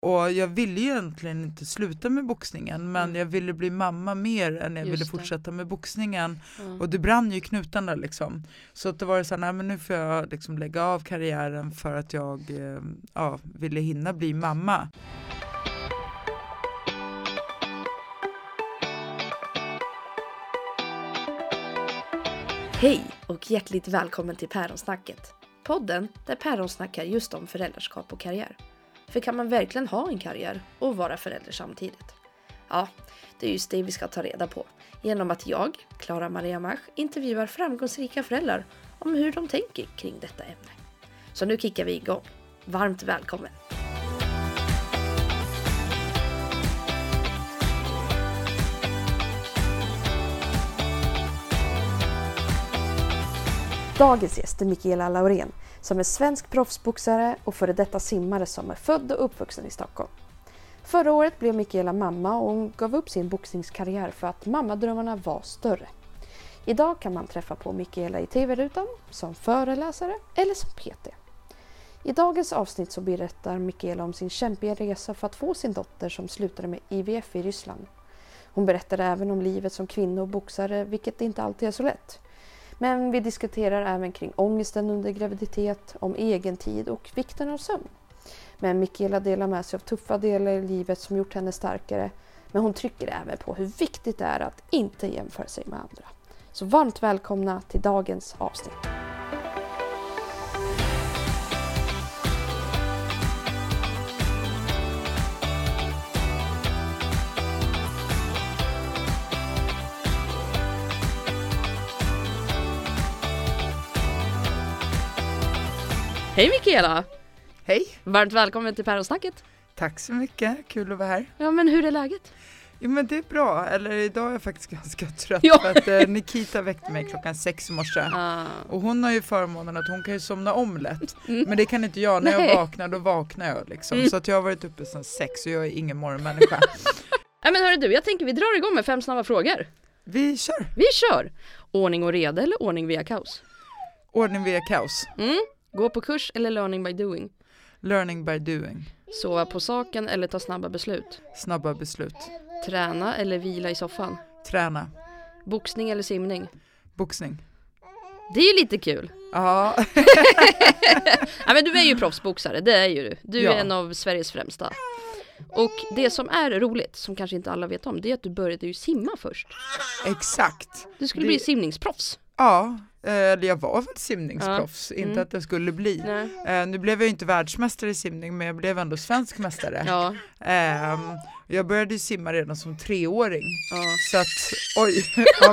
Och jag ville ju egentligen inte sluta med boxningen, men jag ville bli mamma mer än jag ville fortsätta med boxningen. Och det brann ju i knutarna liksom. Så att det var så här, nej men nu får jag liksom lägga av karriären för att jag ville hinna bli mamma. Hej och hjärtligt välkommen till Päronsnacket. Podden där Päron snackar just om föräldraskap och karriär. För kan man verkligen ha en karriär och vara förälder samtidigt? Ja, det är just det vi ska ta reda på. Genom att jag, Clara Maria Mach, intervjuar framgångsrika föräldrar om hur de tänker kring detta ämne. Så nu kickar vi igång. Varmt välkommen! Dagens gäst är Michaela Laurén som är svensk proffsboxare och före detta simmare som är född och uppvuxen i Stockholm. Förra året blev Michaela mamma och hon gav upp sin boxningskarriär för att mammadrömmarna var större. Idag kan man träffa på Michaela i tv-rutan, som föreläsare eller som PT. I dagens avsnitt så berättar Michaela om sin kämpiga resa för att få sin dotter som slutade med IVF i Ryssland. Hon berättar även om livet som kvinna och boxare, vilket inte alltid är så lätt. Men vi diskuterar även kring ångesten under graviditet, om egen tid och vikten av sömn. Men Michaela delar med sig av tuffa delar i livet som gjort henne starkare. Men hon trycker även på hur viktigt det är att inte jämföra sig med andra. Så varmt välkomna till dagens avsnitt. Hej Michaela! Hej! Varmt välkommen till Päronsnacket. Tack så mycket, kul att vara här. Ja, men hur är läget? Jo men det är bra, eller idag är jag faktiskt ganska trött Ja. för att Nikita väckte mig 6:00 i morse. Och hon har ju förmånen att hon kan ju somna om lätt. Men det kan inte jag, när jag vaknar då vaknar jag liksom. Så att jag har varit uppe sedan 6 och jag är ingen morgonmänniska. Nej men hörru du, jag tänker vi drar igång med 5 snabba frågor. Vi kör! Vi kör! Ordning och reda eller ordning via kaos? Ordning via kaos. Gå på kurs eller learning by doing? Learning by doing. Sova på saken eller ta snabba beslut? Snabba beslut. Träna eller vila i soffan? Träna. Boxning eller simning? Boxning. Det är ju lite kul. Ja. Ja, men du är ju proffsboxare, det är ju du. Du Ja. är en av Sveriges främsta. Och det som är roligt, som kanske inte alla vet om, det är att du började ju simma först. Exakt. Du skulle bli simningsproffs. Ja, eller jag var väl simningsproffs, inte att jag skulle bli. Nu blev jag inte världsmästare i simning, men jag blev ändå svensk mästare. Ja. Jag började simma redan som 3-åring. Ja. Så att, oj,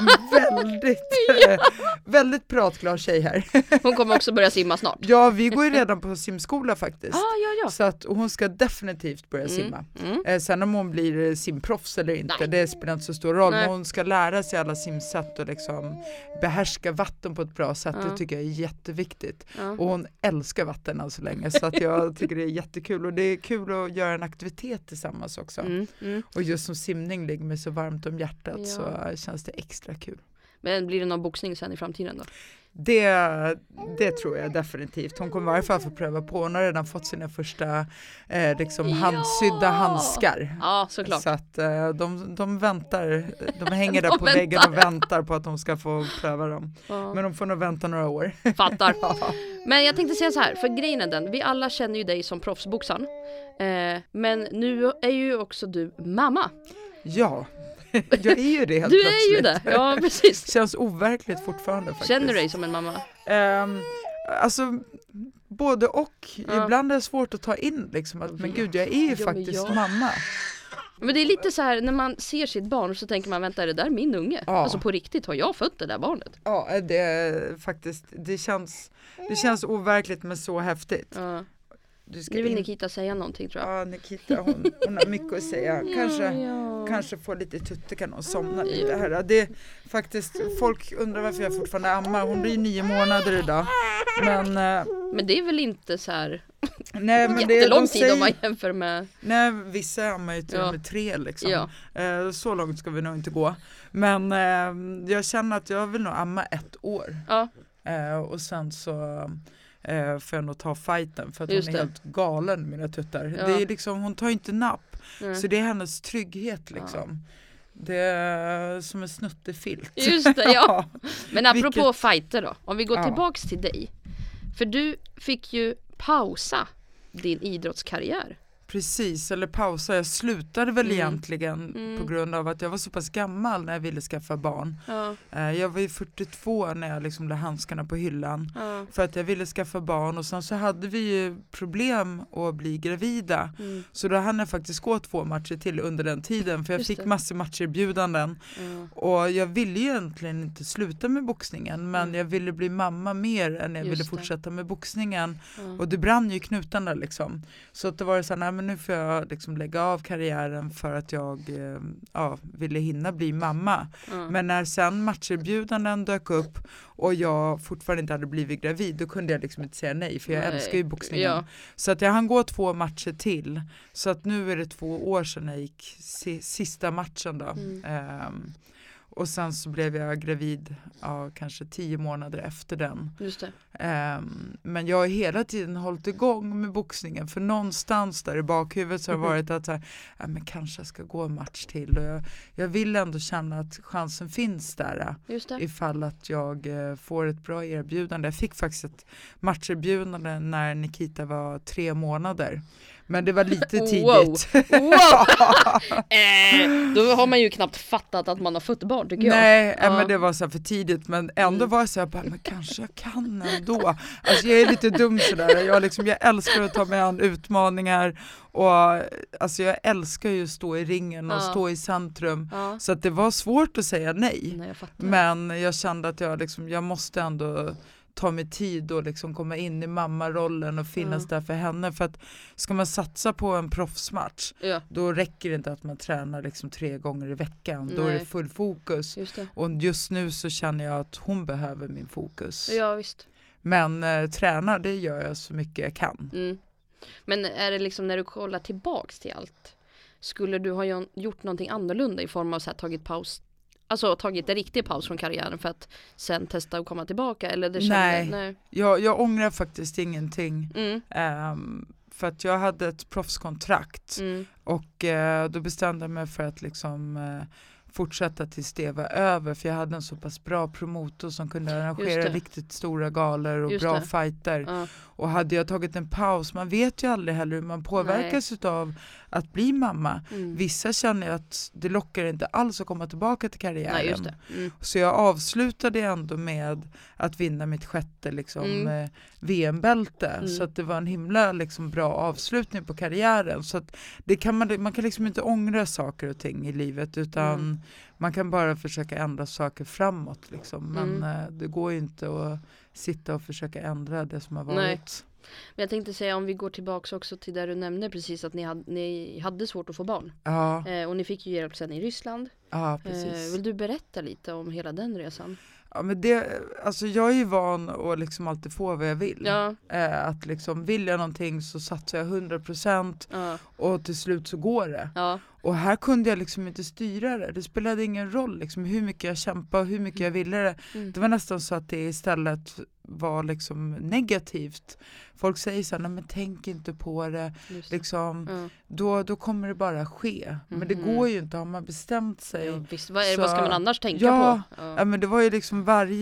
väldigt pratglad tjej här. Hon kommer också börja simma snart. Ja, vi går ju redan på simskola faktiskt. Ja. Så att hon ska definitivt börja simma. Sen om hon blir simproffs eller inte, det spelar inte så stor roll. Men hon ska lära sig alla simsätt och liksom behärska vatten på ett bra sätt. Det tycker jag är jätteviktigt. Och hon älskar vatten än så länge. Så att jag tycker det är jättekul. Och det är kul att göra en aktivitet tillsammans också. Och just som simning ligger mig så varmt om hjärtat så känns det extra kul. Men blir det någon boxning sen i framtiden då? Det tror jag definitivt. Hon kommer i varje fall få pröva på. Hon har redan fått sina första handsydda handskar. Ja, såklart. Så att de väntar. De hänger där på väggen och väntar på att de ska få pröva dem. Ja. Men de får nog vänta några år. Fattar. Men jag tänkte säga så här, för grejen är den, vi alla känner ju dig som proffsboxaren. Men nu är ju också du mamma. Ja. Jag är ju det helt Du plötsligt. är ju det, ja precis. Känns overkligt fortfarande faktiskt. Känner du dig som en mamma? Alltså både och. Ibland är det svårt att ta in liksom att men gud, jag är ju faktiskt mamma. Men det är lite så här, när man ser sitt barn så tänker man, vänta, är det där min unge? Ja. Alltså på riktigt, har jag fött det där barnet? Ja, det är faktiskt, det känns overkligt men så häftigt. Ja. Nu vill Nikita säga någonting, tror jag. Ja, Nikita hon har mycket att säga. Kanske få lite tutte, kan hon somna lite här. Det är faktiskt, folk undrar varför jag fortfarande ammar. Hon blir 9 månader idag. Men det är väl inte så här nej, men jättelång tid om man jämför med... Nej, vissa ammar ju till och med 3 liksom. Ja. Så långt ska vi nog inte gå. Men jag känner att jag vill nog amma 1 år. Ja. Och sen så för att ta fighten för att hon är helt galen, mina tuttar. Det är liksom, hon tar inte napp. Så det är hennes trygghet liksom. Det är som en snuttefilt. Just det, ja. Men apropå fighter då, om vi går tillbaks till dig. För du fick ju pausa din idrottskarriär. Precis, eller pausa. Jag slutade väl egentligen på grund av att jag var så pass gammal när jag ville skaffa barn. Jag var ju 42 när jag liksom la handskarna på hyllan för att jag ville skaffa barn, och sen så hade vi ju problem att bli gravida. Så då hann jag faktiskt gå 2 matcher till under den tiden, för jag fick massor matcherbjudanden. Och jag ville ju egentligen inte sluta med boxningen, men jag ville bli mamma mer än jag ville fortsätta med boxningen. Och det brann ju i knutarna liksom. Så att det var så här, men nu får jag liksom lägga av karriären för att jag ville hinna bli mamma. Men när sen matcherbjudanden dök upp och jag fortfarande inte hade blivit gravid, då kunde jag liksom inte säga nej, för jag älskar ju boxningen. Så att jag hann gå 2 matcher till. Så att nu är det 2 år sedan jag gick sista matchen då. Och sen så blev jag gravid kanske 10 månader efter den. Just det. Men jag har hela tiden hållit igång med boxningen. För någonstans där i bakhuvudet så har det varit att så här, men kanske jag ska gå en match till. Och jag vill ändå känna att chansen finns där. Ifall att jag får ett bra erbjudande. Jag fick faktiskt ett matcherbjudande när Nikita var 3 månader. Men det var lite tidigt. Då har man ju knappt fattat att man har fått barn, tycker jag. Nej, men det var så för tidigt. Men ändå var jag så här, men kanske jag kan ändå. Alltså jag är lite dum sådär. Jag älskar att ta mig an utmaningar. Och alltså jag älskar ju att stå i ringen och stå i centrum. Så att det var svårt att säga nej. Men jag kände att jag måste ändå ta mig tid och liksom komma in i mammarollen och finnas där för henne. För att ska man satsa på en proffsmatch, då räcker det inte att man tränar liksom 3 gånger i veckan. Då är det full fokus. Och just nu så känner jag att hon behöver min fokus. Ja, visst. Men träna, det gör jag så mycket jag kan. Men är det liksom, när du kollar tillbaks till allt, skulle du ha gjort någonting annorlunda i form av så här, tagit paus? Alltså tagit en riktig paus från karriären för att sen testa att komma tillbaka? Eller det nej. Jag ångrar faktiskt ingenting. För att jag hade ett proffskontrakt. Och då bestämde jag mig för att liksom fortsätta tills det var över. För jag hade en så pass bra promotor som kunde arrangera riktigt stora galor och bra fighter. Och hade jag tagit en paus, man vet ju aldrig heller hur man påverkas av att bli mamma. Vissa känner ju att det lockar inte alls att komma tillbaka till karriären. Nej, just det. Så jag avslutade ändå med att vinna mitt 6:e liksom, VM-bälte. Så att det var en himla liksom, bra avslutning på karriären. Så att man kan liksom inte ångra saker och ting i livet, utan man kan bara försöka ändra saker framåt. Liksom. Men det går ju inte att sitta och försöka ändra det som har varit. Nej. Men jag tänkte säga, om vi går tillbaka också till där du nämnde precis att ni hade svårt att få barn. Och ni fick ju hjälp sen i Ryssland. Ja, precis. Vill du berätta lite om hela den resan? Ja, men alltså jag är ju van att liksom alltid få vad jag vill. Att liksom, vill jag någonting så satsar jag 100% och till slut så går det. Och här kunde jag liksom inte styra det. Det spelade ingen roll liksom, hur mycket jag kämpade och hur mycket jag ville det. Det var nästan så att det istället var liksom negativt. Folk säger så här, nej men tänk inte på det. Liksom, då kommer det bara ske. Men det går ju inte, har man bestämt sig. Ja, visst. Vad ska man annars tänka på? Ja, men det var ju liksom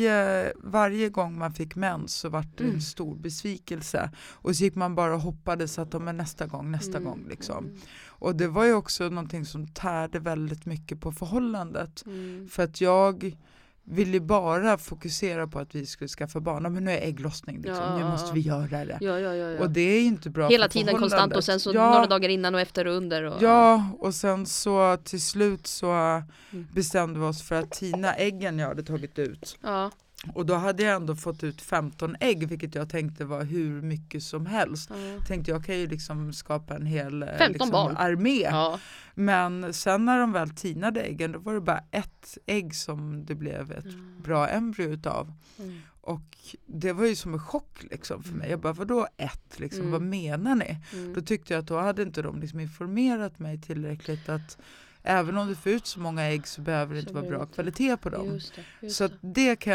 varje gång man fick mens så var det en stor besvikelse. Och så gick man bara och hoppades att de är nästa gång liksom. Och det var ju också någonting som tärde väldigt mycket på förhållandet. För att jag ville bara fokusera på att vi skulle skaffa barn. Men nu är ägglossning liksom. Nu måste vi göra det. Ja. Och det är inte bra hela tiden konstant, och sen så några dagar innan och efter och under. Och sen så till slut så bestämde vi oss för att tina äggen jag hade tagit ut. Och då hade jag ändå fått ut 15 ägg, vilket jag tänkte var hur mycket som helst. Tänkte jag kan ju liksom skapa en hel liksom, armé. Men sen när de väl tinade äggen, då var det bara 1 ägg som det blev ett bra embryo utav. Och det var ju som en chock liksom för mig. Jag bara, vadå 1? Liksom, vad menar ni? Då tyckte jag att då hade inte de liksom informerat mig tillräckligt att även om du får ut så många ägg så behöver det inte vara bra kvalitet på dem. Just det. Så att det kan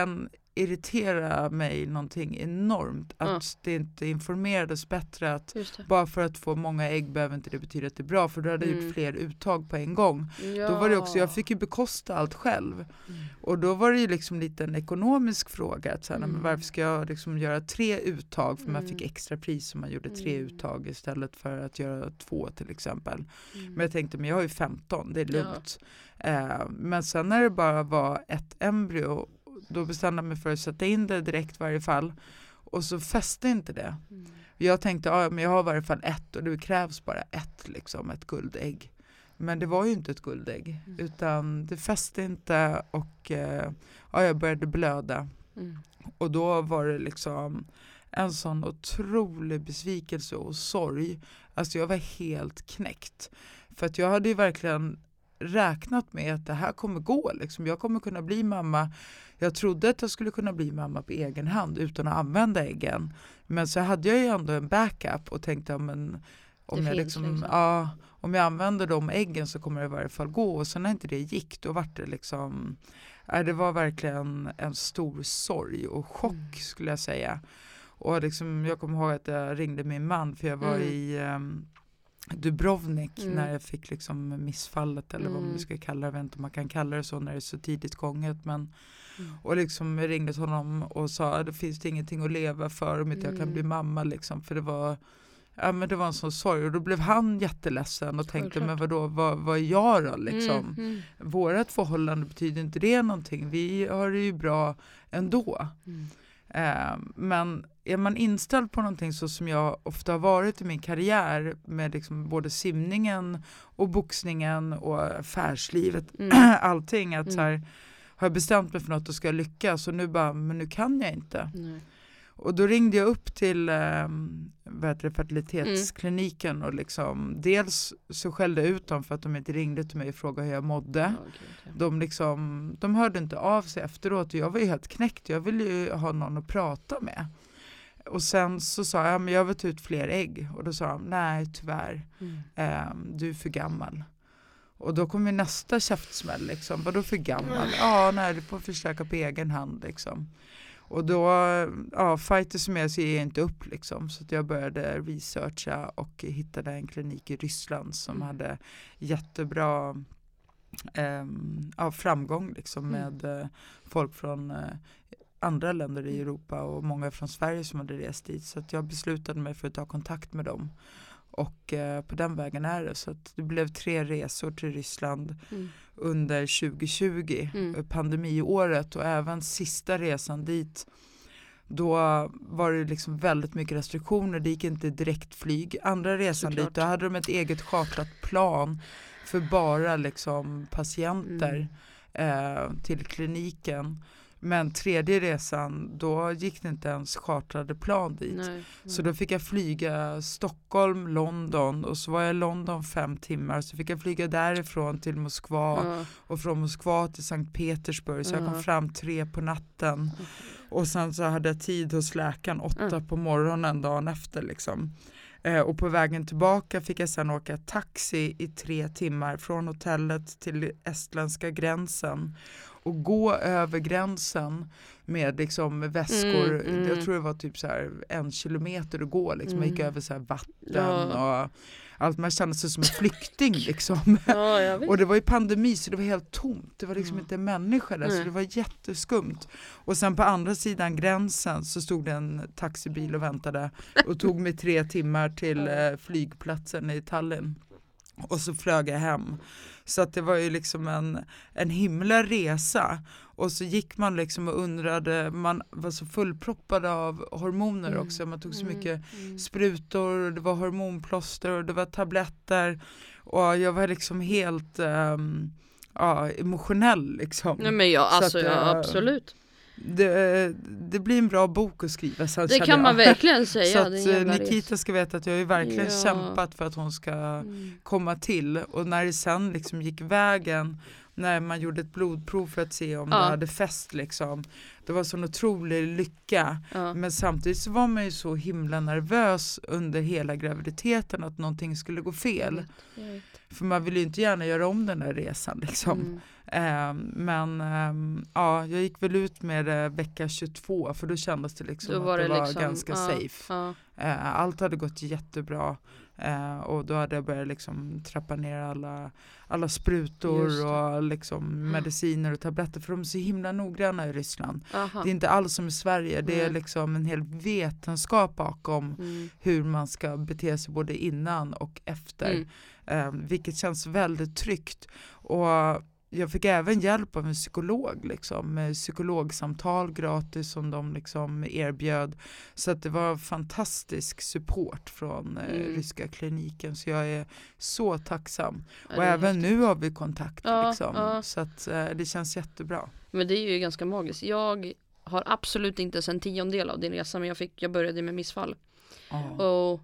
irritera mig någonting enormt. Att det inte informerades bättre. Att bara för att få många ägg behöver inte det betyda att det är bra. För då hade jag gjort fler uttag på en gång. Ja. Då var det också, jag fick ju bekosta allt själv. Och då var det ju liksom lite en ekonomisk fråga. Att så här, men varför ska jag liksom göra 3 uttag? För man fick extra pris om man gjorde 3 uttag istället för att göra 2 till exempel. Men jag tänkte, men jag har ju 15, det är lugnt. Men sen när det bara var ett embryo, då bestämde jag mig för att sätta in det direkt i varje fall. Och så fäste inte det. Jag tänkte, men jag har i varje fall 1 och det krävs bara 1 liksom, ett guldägg. Men det var ju inte ett guldägg. Utan det fäste inte och jag började blöda. Och då var det liksom en sån otrolig besvikelse och sorg. Alltså jag var helt knäckt. För att jag hade ju verkligen räknat med att det här kommer gå. Liksom. Jag kommer kunna bli mamma. Jag trodde att jag skulle kunna bli mamma på egen hand utan att använda äggen. Men så hade jag ju ändå en backup och tänkte om jag använder de äggen så kommer det i varje fall gå. Och sen när inte det gick, då var det liksom... det var verkligen en stor sorg och chock skulle jag säga. Och liksom, jag kommer ihåg att jag ringde min man för jag var i Dubrovnik när jag fick liksom missfallet eller vad man ska kalla det. Jag vet inte om man kan kalla det så när det är så tidigt gånget. Men, och liksom jag ringde till honom och sa det finns det ingenting att leva för om inte jag kan bli mamma. Liksom, för det var... Ja, men det var en sån sorg och då blev han jätteledsen och tänkte, men vadå, vad är jag då liksom? Vårat förhållande betyder inte det någonting, vi har det ju bra ändå. Men är man inställd på någonting så som jag ofta har varit i min karriär med liksom både simningen och boxningen och affärslivet, allting, att så här, har jag bestämt mig för något och ska lyckas och nu bara, men nu kan jag inte. Och då ringde jag upp till fertilitetskliniken och liksom, dels så skällde jag ut dem för att de inte ringde till mig och frågade hur jag mådde. De hörde inte av sig efteråt och jag var ju helt knäckt. Jag ville ju ha någon att prata med. Och sen så sa jag, men jag vill ta ut fler ägg. Och då sa de, nej tyvärr, du är för gammal. Och då kom ju nästa käftsmäll liksom, vadå för gammal? Nej, du får försöka på egen hand liksom. Och då, fighter som jag ser jag inte upp liksom. Så att jag började researcha och hittade en klinik i Ryssland som hade jättebra framgång liksom med folk från andra länder i Europa och många från Sverige som hade rest dit. Så att jag beslutade mig för att ta kontakt med dem. Och på den vägen är det. Så att det blev 3 resor till Ryssland under 2020, pandemiåret. Och även sista resan dit, då var det liksom väldigt mycket restriktioner. Det gick inte direktflyg. Andra resan dit, då hade de ett eget chartrat plan för bara liksom patienter till kliniken. Men 3:e resan, då gick det inte ens chartrade plan dit. Så då fick jag flyga Stockholm, London och så var jag i London 5 timmar. Så fick jag flyga därifrån till Moskva och från Moskva till Sankt Petersburg. Så jag kom fram 3 på natten. Och sen så hade jag tid hos läkaren 8 på morgonen dagen efter liksom. Och på vägen tillbaka fick jag sedan åka taxi i 3 timmar från hotellet till estländska gränsen. Och gå över gränsen med liksom väskor. Jag tror det var typ så här 1 kilometer att gå. Liksom. Man gick över så här vatten och allt. Man kände sig som en flykting liksom. Och det var ju pandemi så det var helt tomt. Det var liksom inte en människa där så det var jätteskumt. Och sen på andra sidan gränsen så stod det en taxibil och väntade. Och tog mig 3 timmar till flygplatsen i Tallinn. Och så flög jag hem. Så att det var ju liksom en himla resa. Och så gick man liksom och undrade, man var så fullproppad av hormoner också. Man tog så mycket sprutor och det var hormonplåster och det var tabletter. Och jag var liksom helt emotionell liksom. Nej men absolut. Det blir en bra bok att skriva sen, det kan man verkligen säga. Så att Nikita ska veta att jag har verkligen kämpat för att hon ska komma till. Och när det sen liksom gick vägen när man gjorde ett blodprov för att se om det hade fäst liksom. Det var sån otrolig lycka. Men samtidigt så var man ju så himla nervös under hela graviditeten att någonting skulle gå fel. Jag vet. För man vill ju inte gärna göra om den där resan liksom. Jag gick väl ut med det vecka 22 för då kändes det liksom att det var liksom, ganska safe. Allt hade gått jättebra. Och då hade jag börjat liksom trappa ner alla sprutor och liksom mediciner och tabletter, för de är så himla noggranna i Ryssland. Det är inte alls som i Sverige, det är liksom en hel vetenskap bakom hur man ska bete sig både innan och efter. Vilket känns väldigt tryggt. Och jag fick även hjälp av en psykolog liksom, med psykologsamtal gratis som de liksom erbjöd. Så att det var fantastisk support från ryska kliniken, så jag är så tacksam. Och även nu har vi kontakt liksom. Så att det känns jättebra. Men det är ju ganska magiskt. Jag har absolut inte en 10% av din resa, men jag började med missfall. Och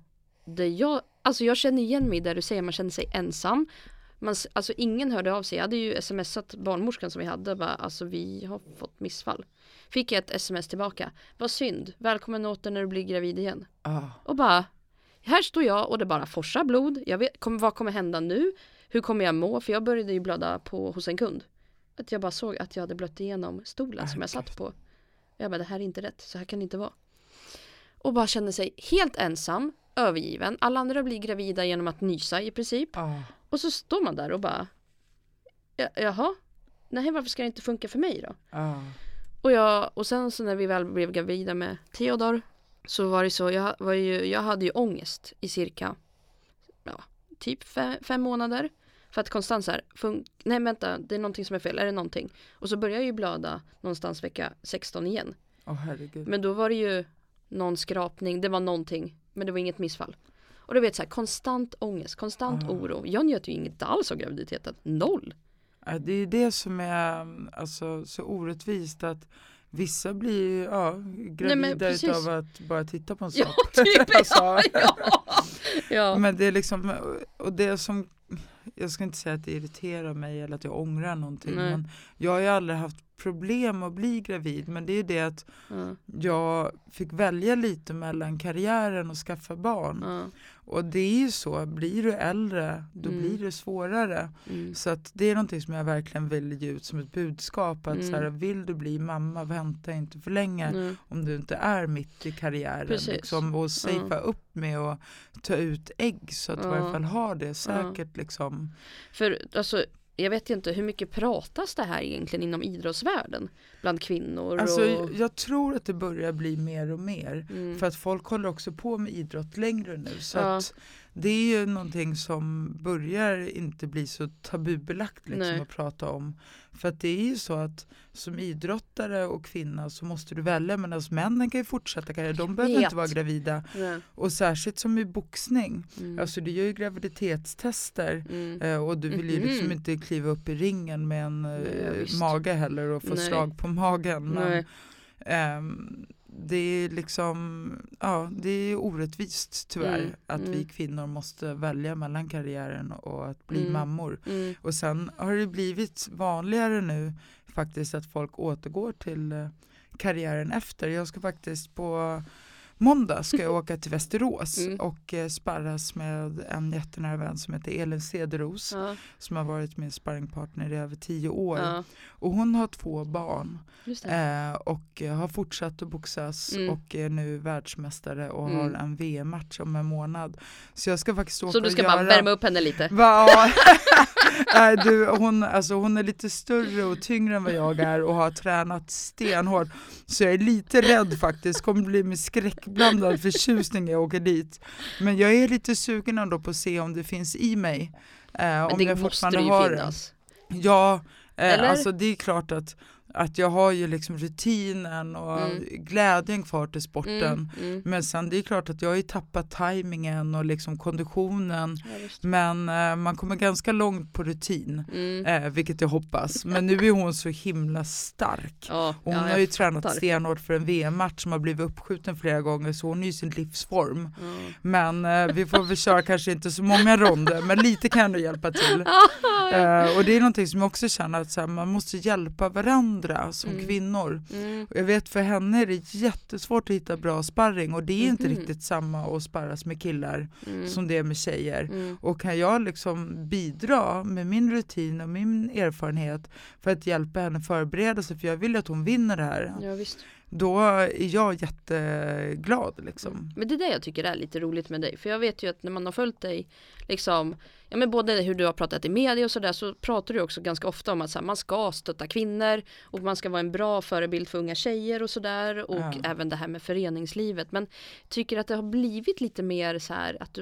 jag känner igen mig där du säger man känner sig ensam. Alltså ingen hörde av sig. Jag hade ju smsat barnmorskan som vi hade. Vi har fått missfall. Fick jag ett sms tillbaka. Vad synd. Välkommen åter när du blir gravid igen. Och bara, här står jag och det bara forsar blod. Jag vet, vad kommer hända nu? Hur kommer jag må? För jag började ju blöda hos en kund. Att jag bara såg att jag hade blött igenom stolen som jag satt på. Jag bara, det här är inte rätt. Så här kan det inte vara. Och bara kände sig helt ensam, övergiven. Alla andra blir gravida genom att nysa i princip. Och så står man där och bara, jaha, nej, varför ska det inte funka för mig då? Och sen så när vi väl blev gravida med Theodor, så var det så, jag hade ju ångest i cirka typ 5 månader. För att konstant så här, nej vänta, det är någonting som är fel, är det någonting? Och så började jag ju blöda någonstans vecka 16 igen. Herregud. Men då var det ju någon skrapning, det var någonting, men det var inget missfall. Och du vet så här, konstant ångest, konstant oro. Jag njöt ju inget alls av graviditeten. 0. Det är det som är alltså, så orättvist, att vissa blir gravida av att bara titta på en sak. Ja, typ. Ja. Men det är liksom, och det som, jag ska inte säga att det irriterar mig eller att jag ångrar någonting. Men jag har ju aldrig haft problem att bli gravid, men det är det att jag fick välja lite mellan karriären och skaffa barn. Och det är ju så, blir du äldre då blir det svårare. Så att det är någonting som jag verkligen vill ge ut som ett budskap, att så här, vill du bli mamma, vänta inte för länge om du inte är mitt i karriären liksom, och safea upp med att ta ut ägg så att du i alla fall har det säkert liksom. För alltså, jag vet ju inte hur mycket pratas det här egentligen inom idrottsvärlden bland kvinnor. Alltså, jag tror att det börjar bli mer och mer. För att folk håller också på med idrott längre nu. Så att det är ju någonting som börjar inte bli så tabubelagt liksom, att prata om. För att det är ju så att som idrottare och kvinna så måste du välja, men alltså männen kan ju fortsätta karriär. De behöver inte vara gravida. Och särskilt som i boxning. Alltså du gör ju graviditetstester och du vill ju liksom inte kliva upp i ringen med en mage heller och få slag på magen. Men det är liksom, det är orättvist tyvärr att vi kvinnor måste välja mellan karriären och att bli mammor. Och sen har det blivit vanligare nu faktiskt att folk återgår till karriären efter. Jag ska faktiskt på måndag ska jag åka till Västerås och sparras med en jättenära vän som heter Elin Cederos som har varit min sparringpartner i över 10 år. Och hon har 2 barn och har fortsatt att boxas och är nu världsmästare och har en VM-match om en månad. Så jag ska faktiskt åka. Så du ska bara värma upp henne lite? Hon är lite större och tyngre än vad jag är och har tränat stenhårt. Så jag är lite rädd faktiskt. Kommer bli med skräckblandad förtjusning när jag åker dit. Men jag är lite sugen ändå på att se om det finns i mig. Men om det jag måste ju finnas. Ja, alltså det är klart att att jag har ju liksom rutinen och glädjen kvar till sporten. Men sen det är klart att jag har ju tappat tajmingen och liksom konditionen. Men man kommer ganska långt på rutin, vilket jag hoppas. Men nu är hon så himla stark. Hon har ju tränat stenhårt för en VM-match som har blivit uppskjuten flera gånger, så hon är ju sin livsform. Men vi får väl köra kanske inte så många ronder, men lite kan du hjälpa till. Och det är någonting som jag också känner att så här, man måste hjälpa varandra som kvinnor. Och jag vet för henne är det jättesvårt att hitta bra sparring, och det är inte riktigt samma att sparras med killar som det är med tjejer. Och kan jag liksom bidra med min rutin och min erfarenhet för att hjälpa henne förbereda sig, för jag vill att hon vinner det här. Ja, visst. Då är jag jätteglad liksom. Men det är det jag tycker är lite roligt med dig. För jag vet ju att när man har följt dig liksom, ja, men både hur du har pratat i media och sådär, så pratar du också ganska ofta om att så här, man ska stötta kvinnor och man ska vara en bra förebild för unga tjejer och sådär. Och även det här med föreningslivet. Men tycker att det har blivit lite mer så här att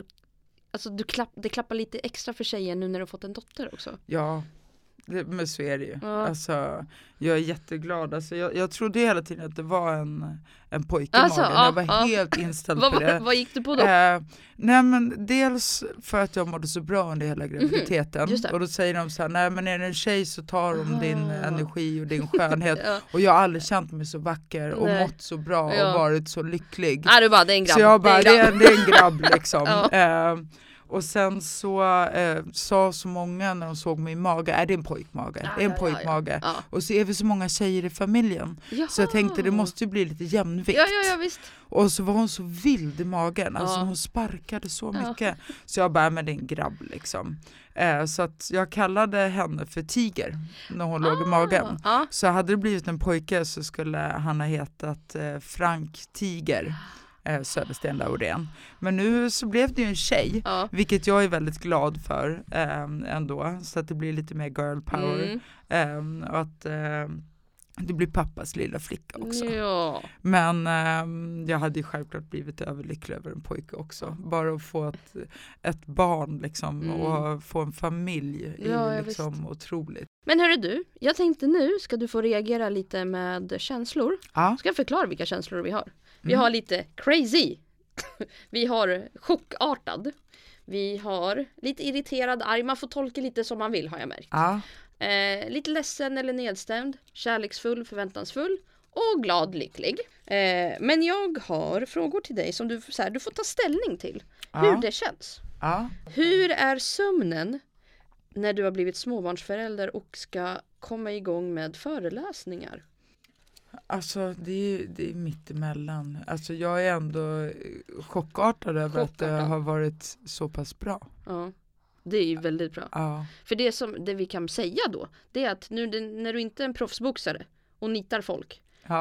det klappar lite extra för tjejer nu när du har fått en dotter också. Ja. Men så är det ju. Alltså, jag är jätteglad. Alltså, jag trodde hela tiden att det var en pojke i magen. Jag var helt inställd på det. Vad gick du på då? Nej, men dels för att jag mådde så bra under hela graviditeten. Och då säger de så här, nej men är det en tjej så tar de din energi och din skönhet. Och jag har aldrig känt mig så vacker och mått så bra och varit så lycklig. Du bara, det är en grabb. Så jag bara, det är en grabb liksom. Och sen så sa så många när de såg mig i mage, är det en pojkmage? Det är en pojkmage. Ja. Och så är vi så många tjejer i familjen. Jaha. Så jag tänkte det måste ju bli lite jämnvikt. Ja, visst. Och så var hon så vild i magen. Alltså hon sparkade så mycket. Så jag bara, men det är en grabb liksom. Så att jag kallade henne för Tiger när hon låg i magen. Så hade det blivit en pojke så skulle han ha hetat Frank Tiger. Södersten Laurén. Men nu så blev det ju en tjej, vilket jag är väldigt glad för ändå, så att det blir lite mer girl power och att det blir pappas lilla flicka också. Men jag hade ju självklart blivit överlycklig över en pojke också. Bara att få ett barn liksom, och få en familj är liksom otroligt. Men hörru du, jag tänkte nu ska du få reagera lite med känslor. Ska jag förklara vilka känslor vi har? Vi har lite crazy. Vi har chockartad. Vi har lite irriterad, arg. Man får tolka lite som man vill, har jag märkt. Lite ledsen eller nedstämd. Kärleksfull, förväntansfull. Och glad, lycklig. Men jag har frågor till dig som du får ta ställning till. Hur det känns. Hur är sömnen när du har blivit småbarnsförälder och ska komma igång med föreläsningar? Alltså det är mitt emellan. Alltså jag är ändå chockartad över att det har varit så pass bra. Ja, det är ju väldigt bra. För det vi kan säga då, det är att nu när du inte är en proffsboxare och nitar folk,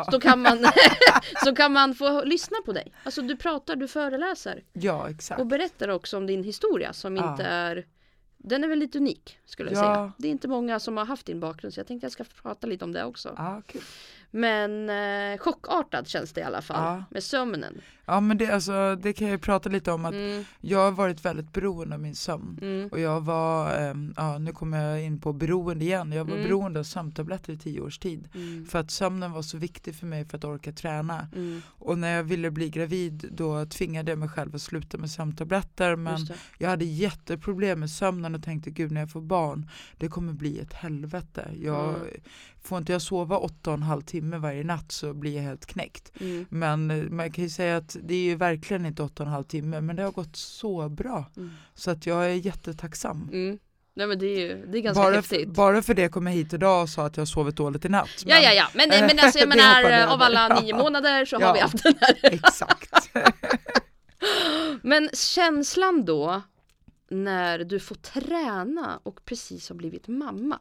så kan man få lyssna på dig. Alltså du föreläser. Ja, exakt. Och berättar också om din historia som inte är... Den är väl lite unik, skulle jag säga. Det är inte många som har haft din bakgrund, så jag tänkte jag ska prata lite om det också. Okay. Men chockartad känns det i alla fall, med sömnen. Ja, men det kan jag prata lite om att jag har varit väldigt beroende av min sömn. Och jag var, nu kommer jag in på beroende igen. Jag var beroende av sömntabletter i 10 års tid. För att sömnen var så viktig för mig för att orka träna. Och när jag ville bli gravid, då tvingade jag mig själv att sluta med sömntabletter. Men jag hade jätteproblem med sömnen och tänkte, gud, när jag får barn, det kommer bli ett helvete. Får inte jag sova 8,5 timmar varje natt så blir jag helt knäckt. Men man kan ju säga att det är ju verkligen inte 8,5 timmar, men det har gått så bra. Så att jag är jättetacksam. Nej, men det är ganska häftigt. Bara för det kom jag hit idag och sa att jag har sovit dåligt i natt. Ja. Men alltså, jag menar, av alla 9 månader så har vi haft den här. Exakt. Men känslan då när du får träna och precis har blivit mamma?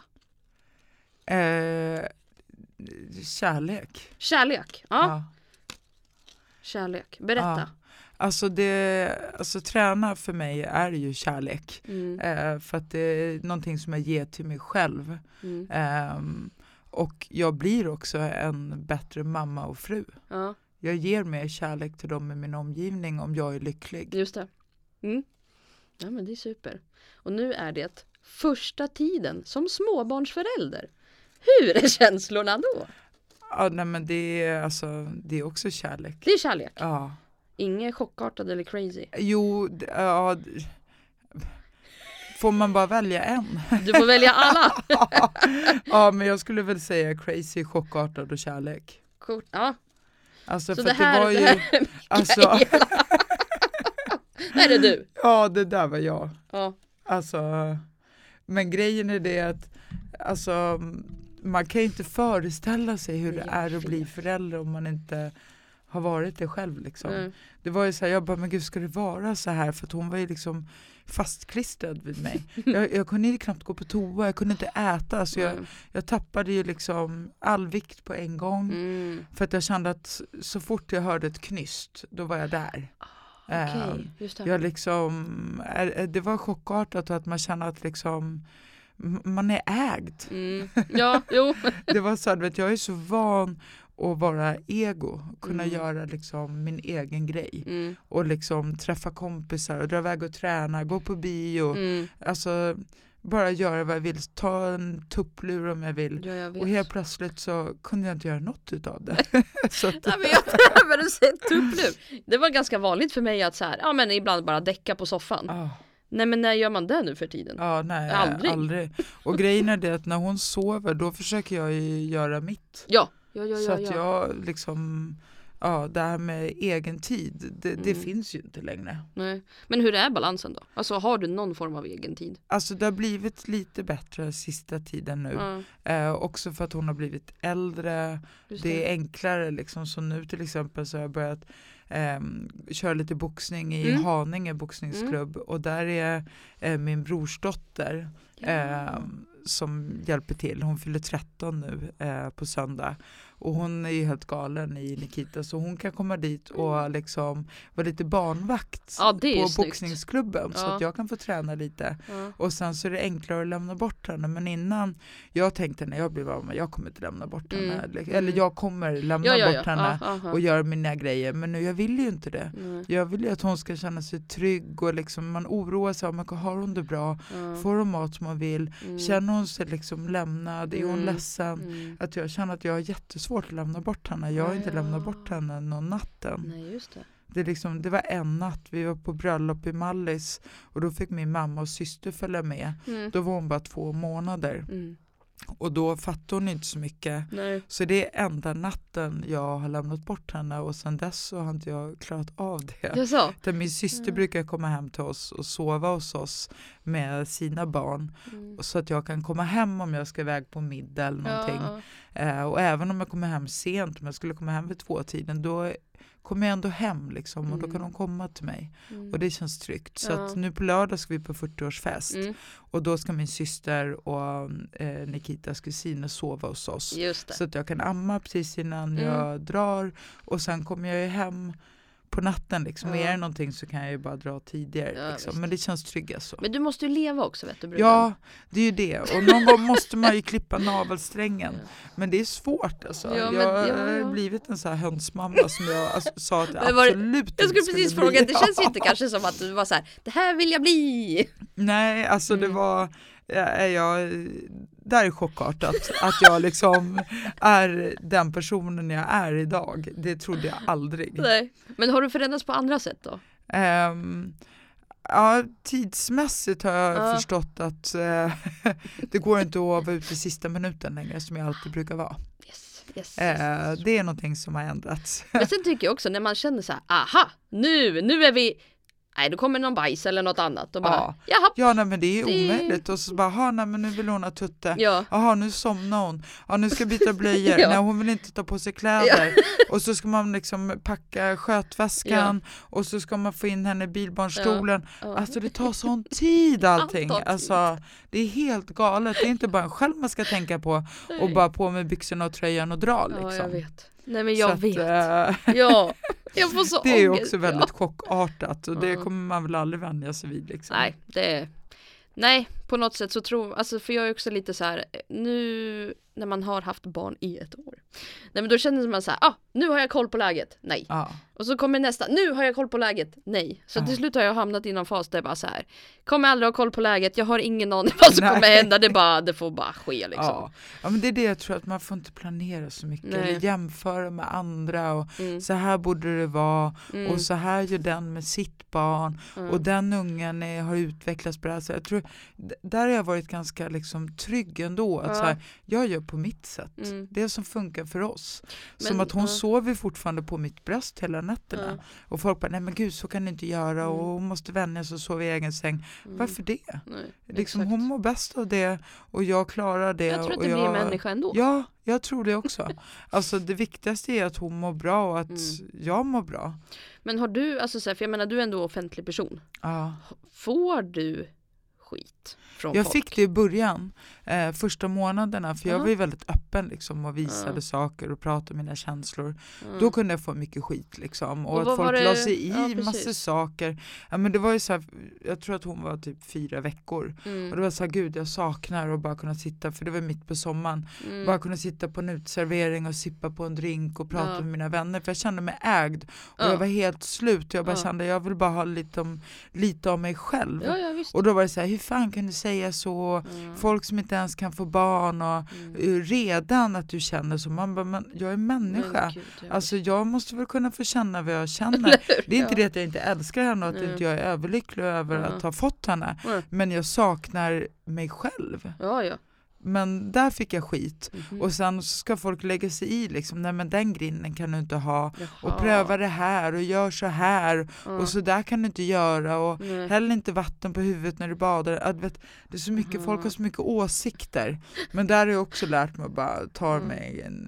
Kärlek. Ja. Kärlek. Berätta. Alltså träna för mig är ju kärlek. För att det är någonting som jag ger till mig själv. Och jag blir också en bättre mamma och fru. Jag ger mer kärlek till dem i min omgivning om jag är lycklig. Just det. Ja, men det är super. Och nu är det första tiden som småbarnsförälder. Hur är känslorna då? Ja, nej, men det är också kärlek. Det är kärlek? Ja. Ingen chockartad eller crazy? Jo, ja. Får man bara välja en? Du får välja alla. Ja, men jag skulle väl säga crazy, chockartad och kärlek. Kort, ja. Alltså, Så för det här, det var ju... det här är alltså, det är du. Ja, det där var jag. Ja. Alltså, men grejen är det att alltså, man kan inte föreställa sig hur det är att bli förälder om man inte har varit det själv liksom. Det var ju så här, jag bara, men gud, ska det vara så här? För att hon var ju liksom fastklistrad vid mig. Jag kunde ju knappt gå på toa, jag kunde inte äta. Så jag tappade ju liksom all vikt på en gång. För att jag kände att så fort jag hörde ett knyst, då var jag där. Okej, just det. Jag liksom, det var chockartat att man känner att liksom man är ägd. Ja, jo. Det var så att jag är så van att vara ego, kunna göra liksom min egen grej och liksom träffa kompisar och dra iväg och träna, gå på bio, alltså bara göra vad jag vill, ta en tupplur om jag vill. Ja, jag vet. Och helt plötsligt så kunde jag inte göra något utav det. Så att... Nej, men jag behöver du säga tupplur. Det var ganska vanligt för mig att så här, ja men ibland bara däcka på soffan. Nej, men när gör man det nu för tiden? Ja, nej, aldrig. Och grejen är det att när hon sover, då försöker jag ju göra mitt. Ja. Så att jag liksom, det här med egen tid, det finns ju inte längre. Nej. Men hur är balansen då? Alltså har du någon form av egen tid? Alltså det har blivit lite bättre sista tiden nu. Också för att hon har blivit äldre. Det är enklare liksom. Så nu till exempel så har jag börjat köra lite boxning i Haninge boxningsklubb. Och där är min brorsdotter som hjälper till. Hon fyller 13 nu på söndag. Och hon är ju helt galen i Nikita. Så hon kan komma dit och liksom vara lite barnvakt på boxningsklubben. Så att jag kan få träna lite. Och sen så är det enklare att lämna bort henne. Men innan, jag tänkte när jag blev mamma, jag kommer inte lämna bort henne. Eller jag kommer lämna bort henne och göra mina grejer. Men nu, jag vill ju inte det. Jag vill ju att hon ska känna sig trygg. Och liksom, man oroar sig om, har hon det bra? Får hon mat som hon vill? Känner hon sig liksom lämnad? Är hon ledsen? Att jag känner att jag har jättesvårt att lämna bort henne. Jag har inte lämnat bort henne någon natten. Nej, just det. Det var en natt, vi var på bröllop i Mallis och då fick min mamma och syster följa med. Då var hon bara 2 månader. Och då fattade hon inte så mycket. Nej. Så det är enda natten jag har lämnat bort henne och sen dess så har inte jag klarat av det. Där min syster brukar komma hem till oss och sova hos oss med sina barn. Så att jag kan komma hem om jag ska iväg på middag eller någonting. Och även om jag kommer hem sent, om jag skulle komma hem vid 2-tiden, då kommer jag ändå hem liksom, och då kan de komma till mig. Och det känns tryggt. Så att nu på lördag ska vi på 40-årsfest. Och då ska min syster och Nikitas kusiner sova hos oss. Så att jag kan amma precis innan jag drar. Och sen kommer jag ju hem på natten liksom. Och är det någonting så kan jag ju bara dra tidigare liksom. Men det känns tryggast så. Men du måste ju leva också, vet du, bruden. Ja, det är ju det. Och någon gång måste man ju klippa navelsträngen. Men det är svårt alltså. Jag har blivit en sån här hönsmamma som jag sa att jag absolut inte jag skulle precis fråga, bli. det känns ju inte kanske som att du var så här, det här vill jag bli. Nej, alltså det var där är chockartat att jag liksom är den personen jag är idag. Det trodde jag aldrig. Nej. Men har du förändrats på andra sätt då? Ja, tidsmässigt har jag förstått att det går inte att vara ute i sista minuten längre som jag alltid brukar vara. Yes. Det är någonting som har ändrats. Men sen tycker jag också när man känner så här, aha, nu är vi. Nej, då kommer någon bajs eller något annat. Och bara, ja, nej, men det är omöjligt. Och så bara, nej, men nu vill hon ha tutte. Jaha, nu somnar hon. Ja, nu ska byta blöjor. Nej, hon vill inte ta på sig kläder. Och så ska man liksom packa skötväskan. Och så ska man få in henne i bilbarnstolen. Alltså det tar sån tid allting. Alltså det är helt galet. Det är inte bara en själv man ska tänka på. Och bara på med byxorna och tröjan och dra liksom. Ja, jag vet. Nej, men jag vet. Ja, jag får så det är ångest. Också väldigt chockartat. Och det kommer man väl aldrig vänja sig vid liksom. Nej, på något sätt så alltså för jag är också lite så här, nu när man har haft barn i 1 år. Nej, men då känner man så här, nu har jag koll på läget. Nej. Och så kommer nästa, nu har jag koll på läget. Nej. Så till slut har jag hamnat i någon fas där jag bara så här, kommer aldrig ha koll på läget. Jag har ingen aning vad som kommer hända. Det får bara ske liksom. Ja, men det är det jag tror, att man får inte planera så mycket. Eller jämföra med andra. Och så här borde det vara. Och så här gör den med sitt barn. Och den ungen har utvecklats bra. Så jag tror, där har jag varit ganska liksom trygg ändå. Att så här, jag gör på mitt sätt. Det som funkar för oss. Som att hon sover fortfarande på mitt bröst hela nätterna. Och folk bara, nej men gud, så kan ni inte göra. Och hon måste vänja sig och sova i egen säng. Varför det? Liksom, hon mår bäst av det. Och jag klarar det. Jag tror att det blir människa ändå. Ja, jag tror det också. Alltså det viktigaste är att hon mår bra och att jag mår bra. Men har du, alltså så här, för jag menar, du är ändå offentlig person. Får du skit från jag folk? Fick det i början, första månaderna, för jag var ju väldigt öppen liksom, och visade saker och pratade om mina känslor. Då kunde jag få mycket skit liksom, och att folk la sig i massor saker. Ja, men det var ju så här, jag tror att hon var typ 4 veckor och det var så här, gud, jag saknar att bara kunna sitta, för det var mitt på sommaren, bara kunna sitta på en utservering och sippa på en drink och prata med mina vänner, för jag kände mig ägd och jag var helt slut och jag bara kände, jag vill bara ha lite av mig själv. Och då var det så här, hur fan kan du säga så? Folk som inte ens kan få barn och redan att du känner så. Man bara, men jag är människa. Alltså jag måste väl kunna få känna vad jag känner. Det är inte det att jag inte älskar henne och att inte jag är överlycklig över att ha fått henne. Men jag saknar mig själv. Men där fick jag skit. Och sen så ska folk lägga sig i liksom, nej men den grinden kan du inte ha. Och pröva det här och gör så här. Och så där kan du inte göra. Och häll inte vatten på huvudet när du badar. Vet, det är så mycket, folk har så mycket åsikter. Men där har jag också lärt mig att bara ta mig en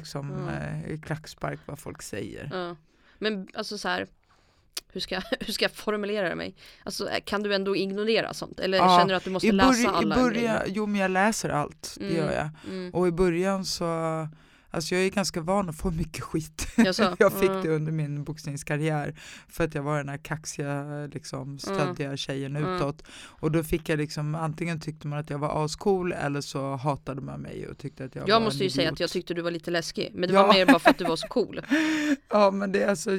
klackspark vad folk säger. Men alltså så här, hur ska jag formulera mig? Alltså, kan du ändå ignorera sånt? Eller känner du att du måste läsa alla grejer? Jo, men jag läser allt. Det gör jag. Och i början så... Alltså jag är ganska van att få mycket skit. Jag fick det under min boxningskarriär. För att jag var den här kaxiga, liksom, stöddiga tjejen utåt. Och då fick jag liksom, antingen tyckte man att jag var ascool eller så hatade man mig och tyckte att jag var Jag måste ju säga att jag tyckte du var lite läskig. Men det var mer bara för att du var så cool. Ja, men det är alltså...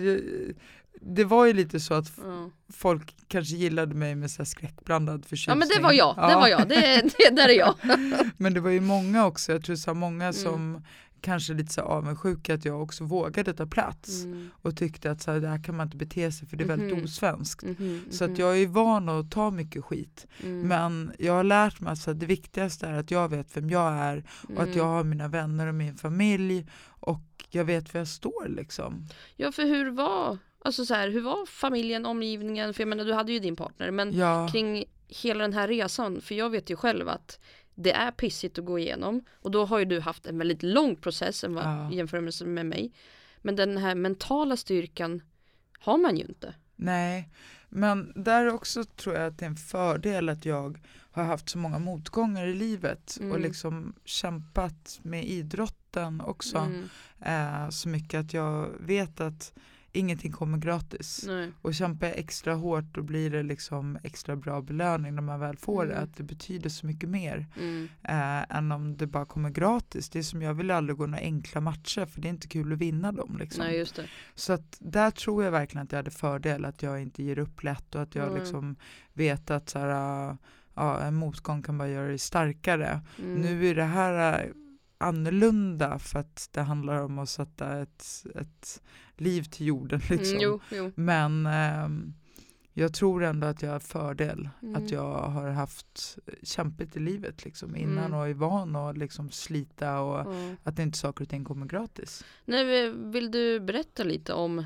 Det var ju lite så att folk kanske gillade mig med så här skräckblandad förtjusning. Ja, men det var jag. Det var jag. Det där är jag. Men det var ju många också. Jag tror så många som kanske lite så avundsjuka att jag också vågade ta plats. Och tyckte att så här, det här kan man inte bete sig för det är väldigt osvenskt. Så att jag är van att ta mycket skit. Men jag har lärt mig att så här, det viktigaste är att jag vet vem jag är. Och att jag har mina vänner och min familj. Och jag vet var jag står liksom. Ja, för hur var familjen, omgivningen? För jag menar, du hade ju din partner. Men kring hela den här resan, för jag vet ju själv att det är pissigt att gå igenom. Och då har ju du haft en väldigt lång process i jämförelse med mig. Men den här mentala styrkan har man ju inte. Nej, men där också tror jag att det är en fördel att jag har haft så många motgångar i livet. Och liksom kämpat med idrotten också. Så mycket att jag vet att ingenting kommer gratis. Och kämpar jag extra hårt, då blir det liksom extra bra belöning när man väl får det. Att det betyder så mycket mer än om det bara kommer gratis. Det är som jag vill aldrig gå några enkla matcher, för det är inte kul att vinna dem. Liksom. Nej, just det. Så att där tror jag verkligen att jag hade fördel, att jag inte ger upp lätt och att jag liksom vet att så här, en motgång kan bara göra dig starkare. Nu är det här annorlunda för att det handlar om att sätta ett liv till jorden liksom. Men jag tror ändå att jag har fördel att jag har haft kämpigt i livet liksom, innan och är van att liksom slita och att inte saker och ting kommer gratis. Nej, vill du berätta lite om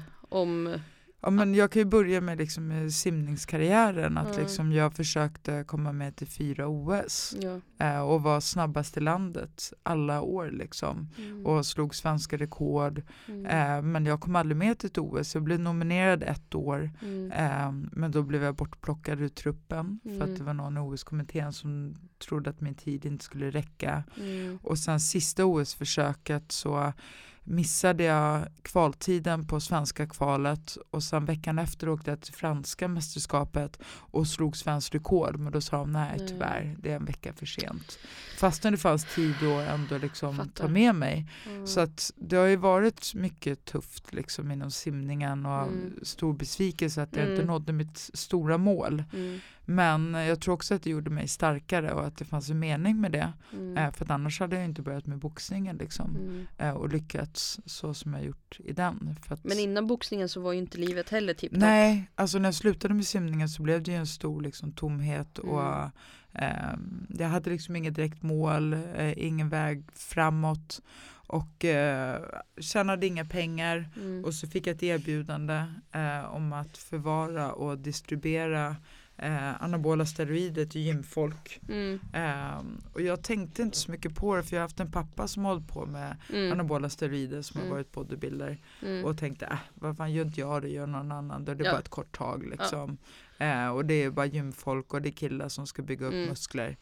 Ja, men jag kan ju börja med, liksom, med simningskarriären. Att liksom, jag försökte komma med till 4 OS. Och var snabbast i landet alla år. Liksom, och slog svenska rekord. Men jag kom aldrig med till ett OS. Jag blev nominerad 1 år. Men då blev jag bortplockad ur truppen. För att det var någon i OS-kommittén som trodde att min tid inte skulle räcka. Och sen sista OS-försöket så missade jag kvaltiden på svenska kvalet och sen veckan efter åkte jag till franska mästerskapet och slog svensk rekord, men då sa de nej tyvärr, det är en vecka för sent. Fastän det fanns tid då ändå liksom ta med mig. Så att det har ju varit mycket tufft liksom inom simningen och stor besvikelse att jag inte nådde mitt stora mål. Men jag tror också att det gjorde mig starkare och att det fanns en mening med det. För att annars hade jag inte börjat med boxningen liksom. Och lyckats så som jag gjort i den. För att... Men innan boxningen så var ju inte livet heller tipptopp. Nej, alltså när jag slutade med simningen så blev det ju en stor liksom, tomhet och jag hade liksom inget direkt mål, ingen väg framåt. Och tjänade inga pengar och så fick jag ett erbjudande om att förvara och distribuera anabola steroider till gymfolk. Och jag tänkte inte så mycket på det, för jag har haft en pappa som hållit på med anabola steroider som har varit bodybuilder och tänkte, vad fan gör inte jag det, gör någon annan, det är bara ett kort tag liksom. Och det är bara gymfolk och det är killar som ska bygga upp muskler.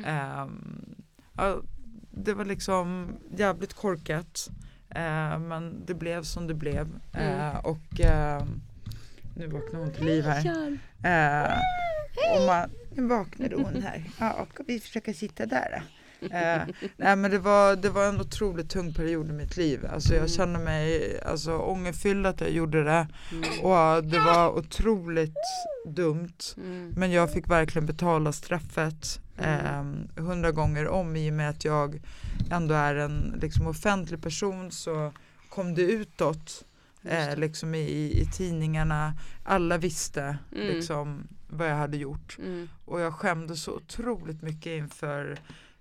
Det var liksom jävligt korkat, men det blev som det blev. Och nu vaknar hon till liv här. Och nu vaknade hon här. Ja, ska vi försöka sitta där? Nej, men det var en otroligt tung period i mitt liv. Alltså jag kände mig ångerfylld att jag gjorde det. Och det var otroligt dumt. Men jag fick verkligen betala straffet 100 gånger om, i och med att jag ändå är en liksom offentlig person, så kom det utåt. Liksom i tidningarna. Alla visste liksom vad jag hade gjort. Och jag skämdes så otroligt mycket inför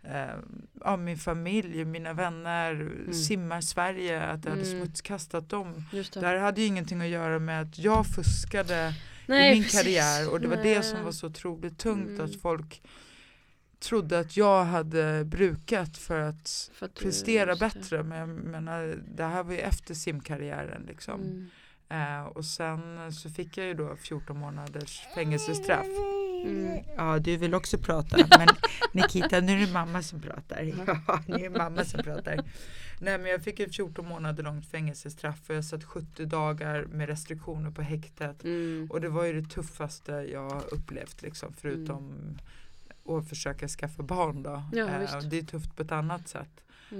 min familj, mina vänner, simmar Sverige, att jag hade smutskastat dem. Det här hade ju ingenting att göra med att jag fuskade i min karriär, och det var det som var så otroligt tungt, att folk trodde att jag hade brukat för att prestera bättre, men jag menar, det här var ju efter simkarriären liksom. Och sen så fick jag ju då 14 månaders fängelsestraff. Ja, du vill också prata, men Nikita, nu är det mamma som pratar. Ja, nu är det mamma som pratar. Nej, men jag fick ett 14 månader långt fängelsestraff och jag satt 70 dagar med restriktioner på häktet. Och det var ju det tuffaste jag upplevt liksom, förutom att försöka skaffa barn då. Det är tufft på ett annat sätt.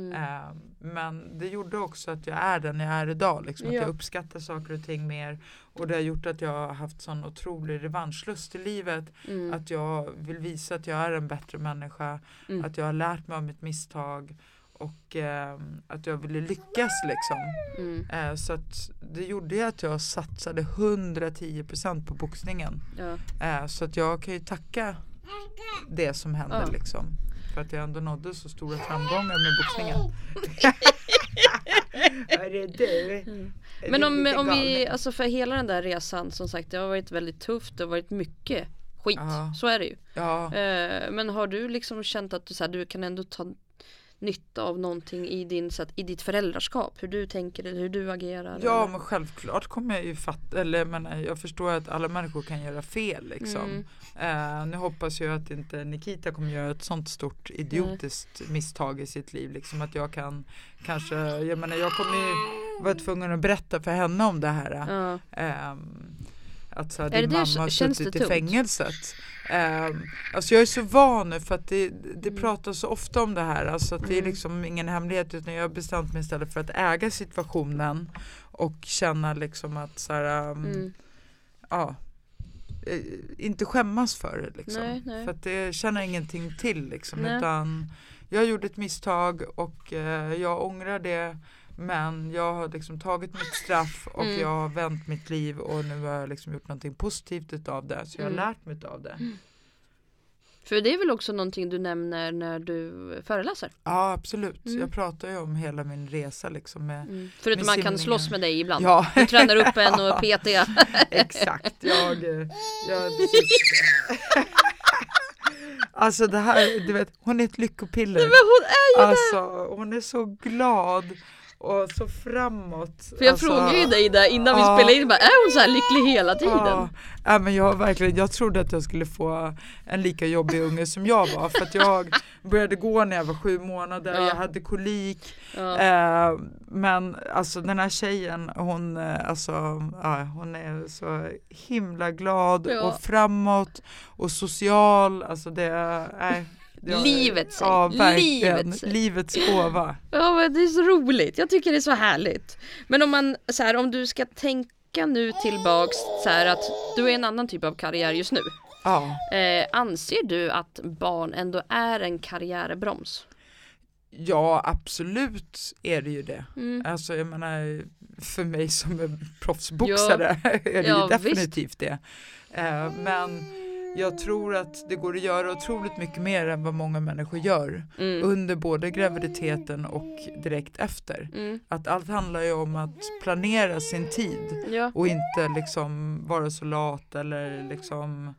Men det gjorde också att jag är den jag är idag. Liksom, att jag uppskattar saker och ting mer. Och det har gjort att jag har haft sån otrolig revanschlust i livet. Att jag vill visa att jag är en bättre människa. Att jag har lärt mig av mitt misstag. Och att jag ville lyckas liksom. Så att det gjorde att jag satsade 110% på boxningen. Så att jag kan ju tacka det som hände liksom. För att jag ändå nådde så stora framgångar med boxningen. Men om vi, alltså för hela den där resan, som sagt, det har varit väldigt tufft, det har varit mycket skit, så är det ju. Men har du liksom känt att du kan ändå ta nytta av någonting i ditt föräldraskap, hur du tänker eller hur du agerar? Ja, eller? Men självklart kommer jag ju jag förstår att alla människor kan göra fel liksom. Nu hoppas jag att inte Nikita kommer göra ett sånt stort idiotiskt misstag i sitt liv liksom, att jag kan kanske, jag kommer ju vara tvungen att berätta för henne om det här. Att så här, din mamma har suttit i fängelset. Alltså jag är så van nu, för att det pratas så ofta om det här. Alltså att det är liksom ingen hemlighet, utan jag har bestämt mig istället för att äga situationen och känna liksom att så här, inte skämmas för det liksom. Nej. För att det känner ingenting till liksom, utan jag gjorde ett misstag och jag ångrar det. Men jag har liksom tagit mitt straff och jag har vänt mitt liv, och nu har jag liksom gjort någonting positivt utav det. Så jag har lärt mig av det. För det är väl också någonting du nämner när du föreläser? Ja, absolut. Jag pratar ju om hela min resa liksom med förutom man kan slåss med dig ibland. Ja. Du tränar upp en och PT. Exakt. Jag precis. Alltså det här, du vet, hon är ett lyckopiller. Men hon är ju hon är så glad. och så framåt. För jag frågade ju dig där innan vi spelade in, bara, är hon så här lycklig hela tiden? Ja, men jag trodde att jag skulle få en lika jobbig unge som jag var, för att jag började gå när jag var 7 månader, jag hade kolik, men alltså den här tjejen, hon är så himla glad och framåt och social, alltså det är livets gåva. Ja, men det är så roligt. Jag tycker det är så härligt. Men om du ska tänka nu tillbaks så här, att du är en annan typ av karriär just nu. Ja. Anser du att barn ändå är en karriärbroms? Ja, absolut är det ju det. Alltså jag menar, för mig som är proffsboxare är det ju definitivt det. Men jag tror att det går att göra otroligt mycket mer än vad många människor gör under både graviditeten och direkt efter. Att allt handlar ju om att planera sin tid och inte liksom vara så lat eller liksom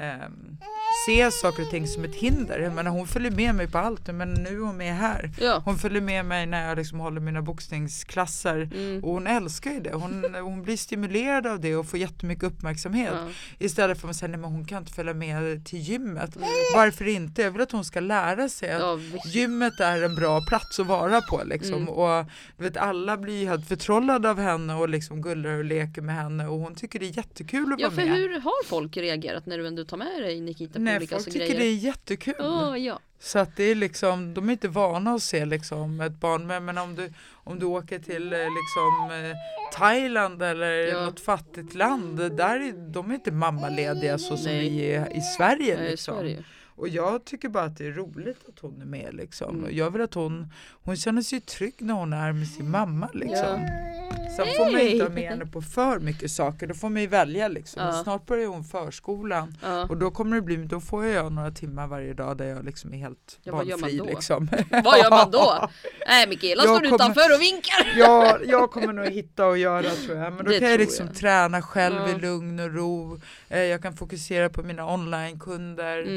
se saker och ting som ett hinder. Jag menar, hon följer med mig på allt, men nu är hon med här. Hon följer med mig när jag liksom håller mina boxningsklasser och hon älskar ju det. Hon blir stimulerad av det och får jättemycket uppmärksamhet. Istället för att säga, nej men hon kan inte följa med till gymmet. Varför inte? Jag vill att hon ska lära sig att gymmet är en bra plats att vara på liksom. Och du vet, alla blir helt förtrollade av henne och liksom gullar och leker med henne och hon tycker det är jättekul att vara med. Ja, för hur har folk reagerat när du ändå tar med dig Nikita på olika folk tycker grejer? Det är jättekul. Så att det är liksom, de är inte vana att se liksom ett barn, men om du åker till liksom Thailand eller något fattigt land, där de är inte mammalediga så som vi är i Sverige liksom. Sverige. Och jag tycker bara att det är roligt att hon är med liksom. Och jag vill att hon känner sig trygg när hon är med sin mamma liksom. Sen får man inte ha med henne på för mycket saker. Då får man ju välja liksom. Snart börjar hon förskolan. Och då kommer det bli, då får jag några timmar varje dag där jag liksom är helt barnfri liksom. Vad gör man då? Mikaela står utanför och vinkar. Ja, jag kommer nog hitta och göra, tror jag. Men då kan jag liksom träna själv i lugn och ro. Jag kan fokusera på mina onlinekunder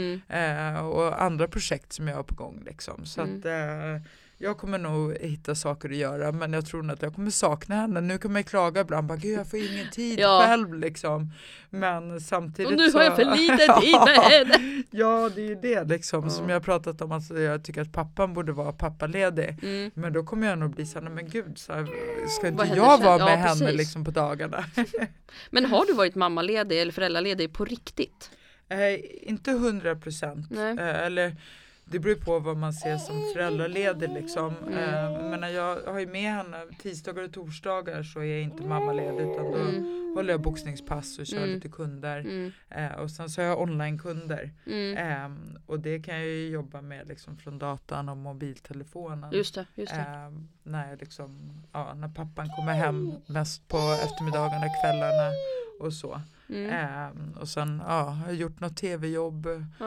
och andra projekt som jag har på gång liksom. Så att jag kommer nog hitta saker att göra, men jag tror att jag kommer sakna henne. Nu kan man ju klaga ibland, bara, gud jag får ingen tid själv liksom. Men samtidigt och nu har jag för lite tid med henne. Ja, det är ju det liksom, som jag har pratat om, att jag tycker att pappan borde vara pappaledig. Men då kommer jag nog bli så här, men gud, så här, ska inte jag vara med henne liksom på dagarna? Men har du varit mammaledig eller föräldraledig på riktigt? Inte 100%. Eller det beror på vad man ser som föräldraledig liksom. Men jag har ju med henne tisdagar och torsdagar, så är jag inte mammaledig, utan då håller jag boxningspass och kör lite kunder. Och sen så har jag onlinekunder. Och det kan jag ju jobba med liksom från datan och mobiltelefonen. Just det. När liksom, när pappan kommer hem mest på eftermiddagarna, kvällarna och så. Och sen har jag gjort något tv-jobb.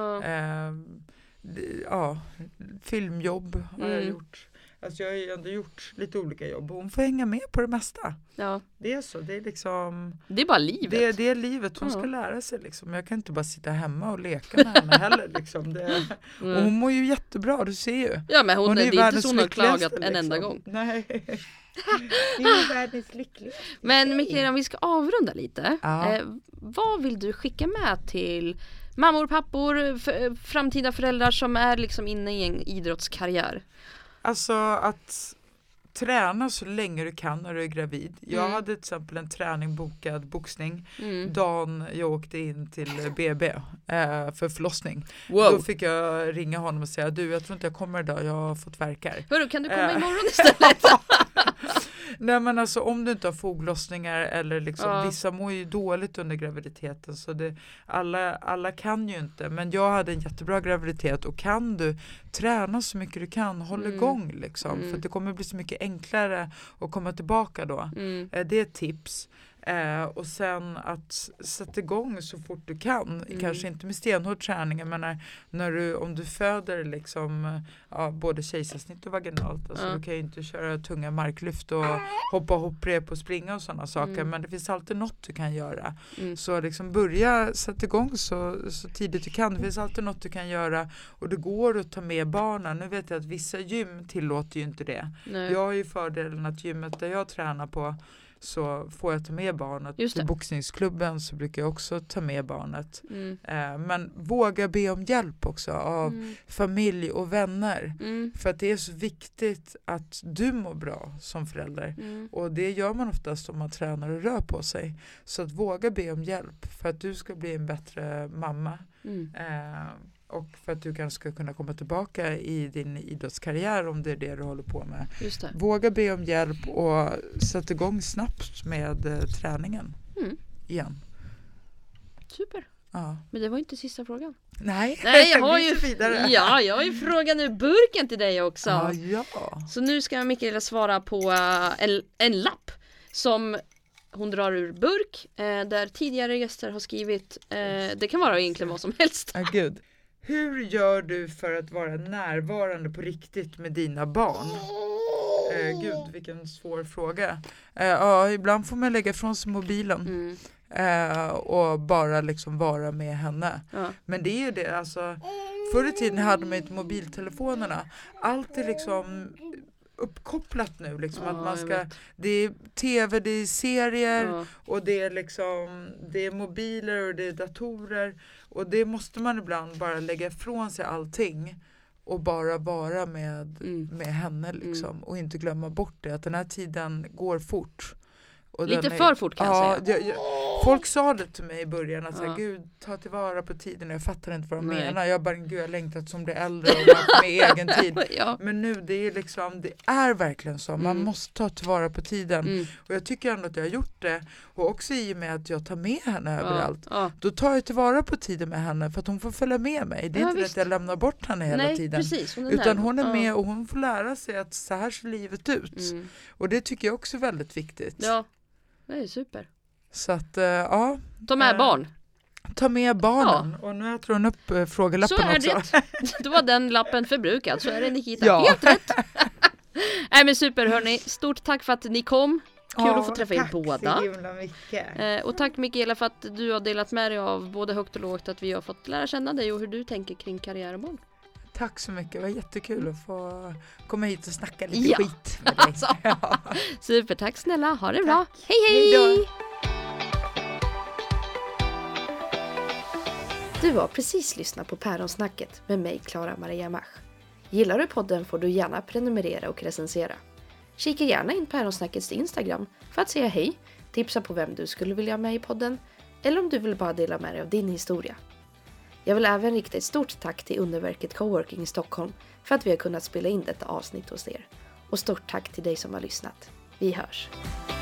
Filmjobb har jag gjort. Alltså jag har ju ändå gjort lite olika jobb. Hon får hänga med på det mesta. Det är så, det är liksom, det är bara livet. Det är livet, hon ska lära sig liksom. Jag kan inte bara sitta hemma och leka med henne heller liksom. Och hon mår ju jättebra, du ser ju. Ja, men hon är inte så hon har klagat en enda gång. Nej. Det är världens lyckligaste. Men Mikaela, om vi ska avrunda lite. Vad vill du skicka med till mammor, pappor, framtida föräldrar som är liksom inne i en idrottskarriär? Alltså att träna så länge du kan när du är gravid. Jag hade till exempel en träning bokad, boxning, dagen jag åkte in till BB för förlossning. Då fick jag ringa honom och säga, du, jag tror inte jag kommer idag, jag har fått värkar. Hörru, kan du komma imorgon istället? Nej, men alltså om du inte har foglossningar eller liksom, vissa mår ju dåligt under graviditeten, så alla kan ju inte, men jag hade en jättebra graviditet, och kan du träna så mycket du kan, håll igång liksom, för att det kommer bli så mycket enklare att komma tillbaka då. Det är ett tips. Och sen att sätta igång så fort du kan. Kanske inte med stenhård träning, men om du föder liksom, både kejsarsnitt och vaginalt. Alltså, du kan ju inte köra tunga marklyft och hoppa hopprep och springa och sådana saker. Men det finns alltid något du kan göra. Så liksom börja sätta igång så tidigt du kan. Det finns alltid något du kan göra. Och det går att ta med barnen. Nu vet jag att vissa gym tillåter ju inte det. Nej. Jag har ju fördelen att gymmet där jag tränar på, så får jag ta med barnet. Till boxningsklubben så brukar jag också ta med barnet. Men våga be om hjälp också av familj och vänner. För att det är så viktigt att du mår bra som förälder. Och det gör man oftast om man tränar och rör på sig. Så att våga be om hjälp för att du ska bli en bättre mamma. Och för att du kanske ska kunna komma tillbaka i din idrottskarriär om det är det du håller på med. Just det. Våga be om hjälp och sätta igång snabbt med träningen igen. Super. Ja. Men det var inte sista frågan. Nej, jag har jag har ju frågan ur burken till dig också. Ja. Så nu ska Mikaela svara på en lapp som hon drar ur burk där tidigare gäster har skrivit. Det kan vara egentligen vad som helst. Gud. Hur gör du för att vara närvarande på riktigt med dina barn? Gud, vilken svår fråga. Ibland får man lägga ifrån sig mobilen och bara liksom vara med henne. Men det är ju det, alltså förr i tiden hade man inte mobiltelefonerna. Allt är liksom uppkopplat nu liksom, att man ska, det är tv, det är serier och det är liksom, det är mobiler och det är datorer, och det måste man ibland bara lägga ifrån sig allting och bara vara med henne liksom, och inte glömma bort det, att den här tiden går fort. Och lite för fort kan jag säga. Folk sa det till mig i början att gud, ta tillvara på tiden. Jag fattar inte vad de menar. Jag bara, gud, jag längtat som blir äldre och med egen tid. Men nu, det är liksom, det är verkligen så. Man måste ta tillvara på tiden. Och jag tycker ändå att jag har gjort det. Och också i och med att jag tar med henne överallt. Då tar jag tillvara på tiden med henne för att hon får följa med mig. Det är inte att jag lämnar bort henne hela tiden. Precis, utan hon är med och hon får lära sig att så här ser livet ut. Och det tycker jag också är väldigt viktigt. Ja. Det är super. Så att, ta med barn. Ta med barnen. Och nu äter hon upp frågelappen också. Så är det. Då var den lappen förbrukad. Så är det, Nikita. Helt rätt. Nej, men super, hörni. Stort tack för att ni kom. Kul att få träffa er båda. Tack så himla mycket. Och tack Mikaela för att du har delat med dig av både högt och lågt, att vi har fått lära känna dig och hur du tänker kring karriär och barn. Tack så mycket, det var jättekul att få komma hit och snacka lite skit med dig. Alltså. Super, tack snälla, ha det bra. Hej hej! Du har precis lyssnat på Päronsnacket med mig, Clara Maria Mach. Gillar du podden får du gärna prenumerera och recensera. Kika gärna in Päronsnackets Instagram för att säga hej, tipsa på vem du skulle vilja ha med i podden eller om du vill bara dela med dig av din historia. Jag vill även rikta ett stort tack till Underverket Coworking i Stockholm för att vi har kunnat spela in detta avsnitt hos er. Och stort tack till dig som har lyssnat. Vi hörs!